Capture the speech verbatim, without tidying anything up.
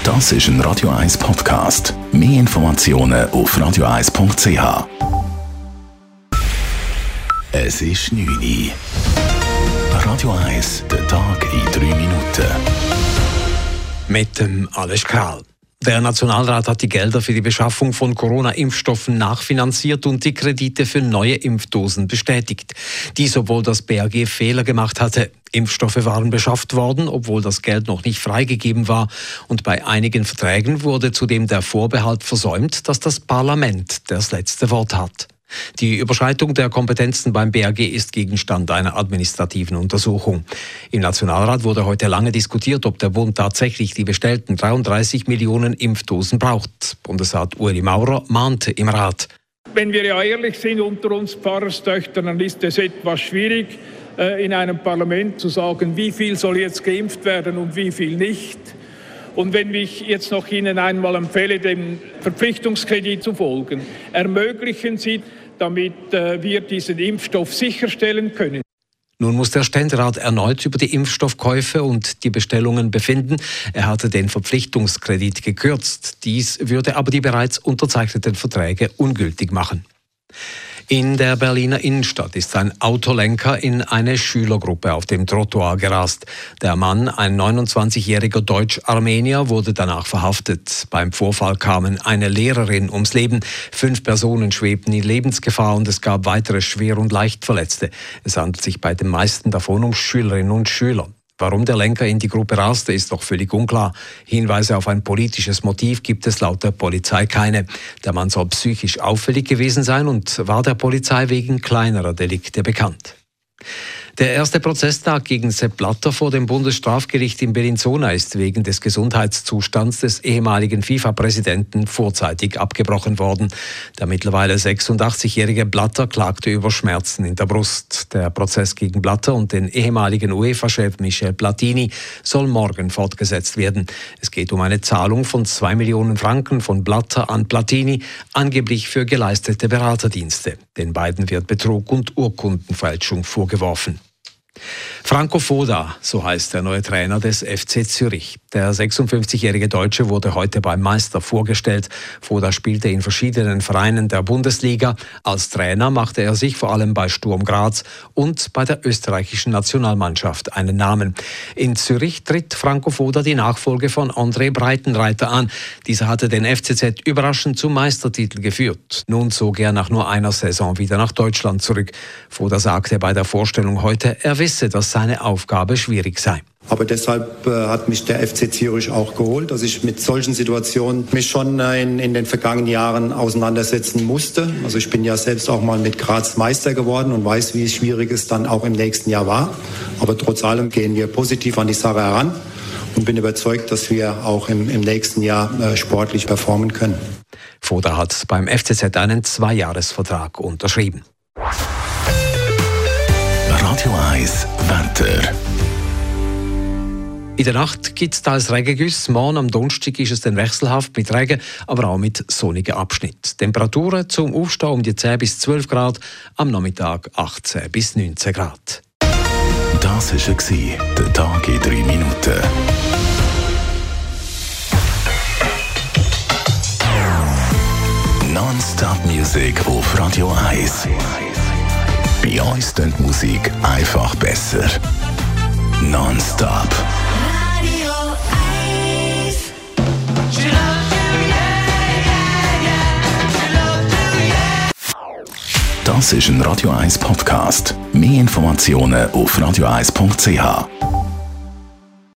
Das ist ein Radio eins Podcast. Mehr Informationen auf radio eins punkt c h. Es ist neun Uhr. Radio eins, der Tag in drei Minuten. Mit dem Alles Kral. Der Nationalrat hat die Gelder für die Beschaffung von Corona-Impfstoffen nachfinanziert und die Kredite für neue Impfdosen bestätigt. Dies, obwohl das B A G Fehler gemacht hatte. Impfstoffe waren beschafft worden, obwohl das Geld noch nicht freigegeben war. Und bei einigen Verträgen wurde zudem der Vorbehalt versäumt, dass das Parlament das letzte Wort hat. Die Überschreitung der Kompetenzen beim B A G ist Gegenstand einer administrativen Untersuchung. Im Nationalrat wurde heute lange diskutiert, ob der Bund tatsächlich die bestellten dreiunddreißig Millionen Impfdosen braucht. Bundesrat Ueli Maurer mahnte im Rat. Wenn wir ja ehrlich sind unter uns Pfarrerstöchtern, dann ist es etwas schwierig, in einem Parlament zu sagen, wie viel soll jetzt geimpft werden und wie viel nicht. Und wenn ich jetzt noch Ihnen einmal empfehle, dem Verpflichtungskredit zu folgen, ermöglichen Sie, damit äh, wir diesen Impfstoff sicherstellen können. Nun muss der Ständerat erneut über die Impfstoffkäufe und die Bestellungen befinden. Er hatte den Verpflichtungskredit gekürzt. Dies würde aber die bereits unterzeichneten Verträge ungültig machen. In der Berliner Innenstadt ist ein Autolenker in eine Schülergruppe auf dem Trottoir gerast. Der Mann, ein neunundzwanzigjähriger Deutsch-Armenier, wurde danach verhaftet. Beim Vorfall kamen eine Lehrerin ums Leben. Fünf Personen schwebten in Lebensgefahr und es gab weitere Schwer- und Leichtverletzte. Es handelt sich bei den meisten davon um Schülerinnen und Schüler. Warum der Lenker in die Gruppe raste, ist noch völlig unklar. Hinweise auf ein politisches Motiv gibt es laut der Polizei keine. Der Mann soll psychisch auffällig gewesen sein und war der Polizei wegen kleinerer Delikte bekannt. Der erste Prozesstag gegen Sepp Blatter vor dem Bundesstrafgericht in Bellinzona ist wegen des Gesundheitszustands des ehemaligen FIFA-Präsidenten vorzeitig abgebrochen worden. Der mittlerweile sechsundachtzigjährige Blatter klagte über Schmerzen in der Brust. Der Prozess gegen Blatter und den ehemaligen UEFA-Chef Michel Platini soll morgen fortgesetzt werden. Es geht um eine Zahlung von zwei Millionen Franken von Blatter an Platini, angeblich für geleistete Beraterdienste. Den beiden wird Betrug und Urkundenfälschung vorgeworfen. Franco Foda, so heißt der neue Trainer des F C Zürich. Der sechsundfünfzigjährige Deutsche wurde heute beim Meister vorgestellt. Foda spielte in verschiedenen Vereinen der Bundesliga. Als Trainer machte er sich vor allem bei Sturm Graz und bei der österreichischen Nationalmannschaft einen Namen. In Zürich tritt Franco Foda die Nachfolge von André Breitenreiter an. Dieser hatte den F C Z überraschend zum Meistertitel geführt. Nun zog er nach nur einer Saison wieder nach Deutschland zurück. Foda sagte bei der Vorstellung heute, er wisse, dass seine Aufgabe schwierig sei. Aber deshalb äh, hat mich der F C Zürich auch geholt, dass ich mit solchen Situationen mich schon äh, in, in den vergangenen Jahren auseinandersetzen musste. Also ich bin ja selbst auch mal mit Graz Meister geworden und weiß, wie schwierig es dann auch im nächsten Jahr war. Aber trotz allem gehen wir positiv an die Sache heran und bin überzeugt, dass wir auch im, im nächsten Jahr äh, sportlich performen können. Foda hat beim F C Z einen Zweijahresvertrag unterschrieben. Radio eins Wetter. In der Nacht gibt es teils Regengüsse. Morgen am Donnerstag ist es dann wechselhaft mit Regen, aber auch mit sonnigen Abschnitten. Temperaturen zum Aufstehen um die zehn bis zwölf Grad, am Nachmittag achtzehn bis neunzehn Grad. Das war der Tag in drei Minuten. Non-Stop-Musik auf Radio eins. Bei uns klingt die Musik einfach besser. Non-Stop. Radio eins. She loves you, yeah, yeah, yeah. She loves you, yeah. Das ist ein Radio eins Podcast. Mehr Informationen auf radio eins punkt c h.